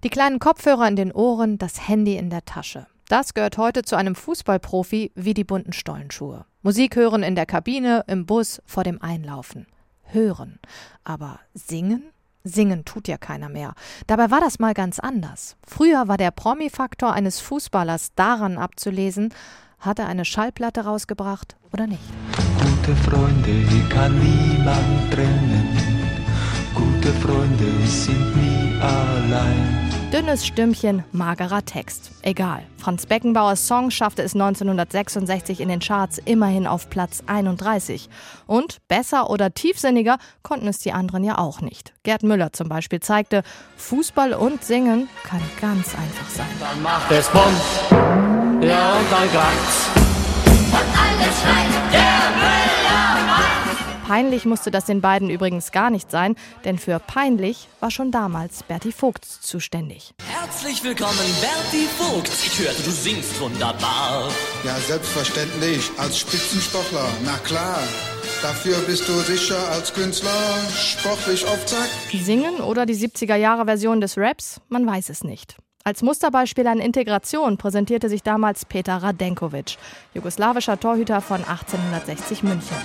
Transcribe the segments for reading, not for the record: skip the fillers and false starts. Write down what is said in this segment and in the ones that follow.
Die kleinen Kopfhörer in den Ohren, das Handy in der Tasche. Das gehört heute zu einem Fußballprofi wie die bunten Stollenschuhe. Musik hören in der Kabine, im Bus, vor dem Einlaufen. Hören. Aber singen? Singen tut ja keiner mehr. Dabei war das mal ganz anders. Früher war der Promi-Faktor eines Fußballers daran abzulesen, hat er eine Schallplatte rausgebracht oder nicht. Gute Freunde kann niemand trennen. Gute Freunde sind nie allein. Dünnes Stimmchen, magerer Text. Egal. Franz Beckenbauers Song schaffte es 1966 in den Charts immerhin auf Platz 31. Und besser oder tiefsinniger konnten es die anderen ja auch nicht. Gerd Müller zum Beispiel zeigte, Fußball und Singen kann ganz einfach sein. Dann macht es Bumm, ja und dann klappt's. Und alle schreien, der Müller macht. Peinlich musste das den beiden übrigens gar nicht sein, denn für peinlich war schon damals Berti Vogt zuständig. Herzlich willkommen, Berti Vogt. Ich hörte, du singst wunderbar. Ja, selbstverständlich, als Spitzensportler, na klar. Dafür bist du sicher als Künstler sportlich auf Zack. Singen oder die 70er-Jahre-Version des Raps? Man weiß es nicht. Als Musterbeispiel an Integration präsentierte sich damals Petar Radenković, jugoslawischer Torhüter von 1860 München.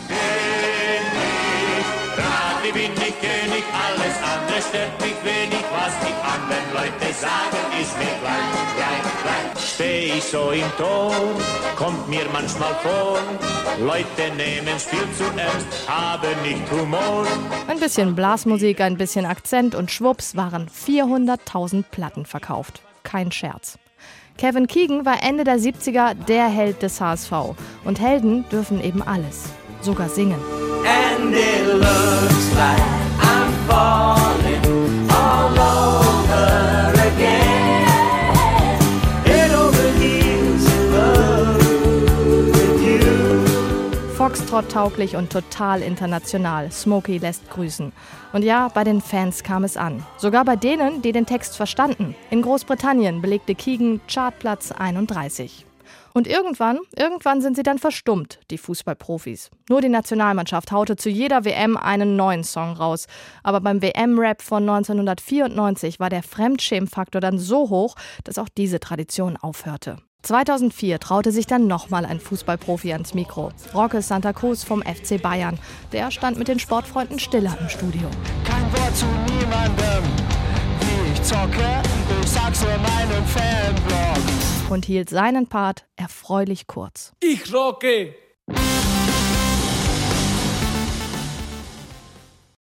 Wie bin ich König, alles andere stört mich wenig, was die anderen Leute sagen, ist mir gleich. Steh ich so im Tor, kommt mir manchmal vor, Leute nehmen Spiel zu ernst, haben nicht Humor. Ein bisschen Blasmusik, ein bisschen Akzent und schwupps waren 400.000 Platten verkauft. Kein Scherz. Kevin Keegan war Ende der 70er der Held des HSV. Und Helden dürfen eben alles, sogar singen. And it looks like I'm falling all over again. Head over heels in love with you. Foxtrot-tauglich und total international. Smokey lässt grüßen. Und ja, bei den Fans kam es an. Sogar bei denen, die den Text verstanden. In Großbritannien belegte Keegan Chartplatz 31. Und irgendwann sind sie dann verstummt, die Fußballprofis. Nur die Nationalmannschaft haute zu jeder WM einen neuen Song raus. Aber beim WM-Rap von 1994 war der Fremdschämfaktor dann so hoch, dass auch diese Tradition aufhörte. 2004 traute sich dann nochmal ein Fußballprofi ans Mikro. Roque Santa Cruz vom FC Bayern. Der stand mit den Sportfreunden stiller im Studio. Kein Wort zu niemandem, wie ich zocke, ich sag's nur meinem Fanblog. Und hielt seinen Part erfreulich kurz. Ich rocke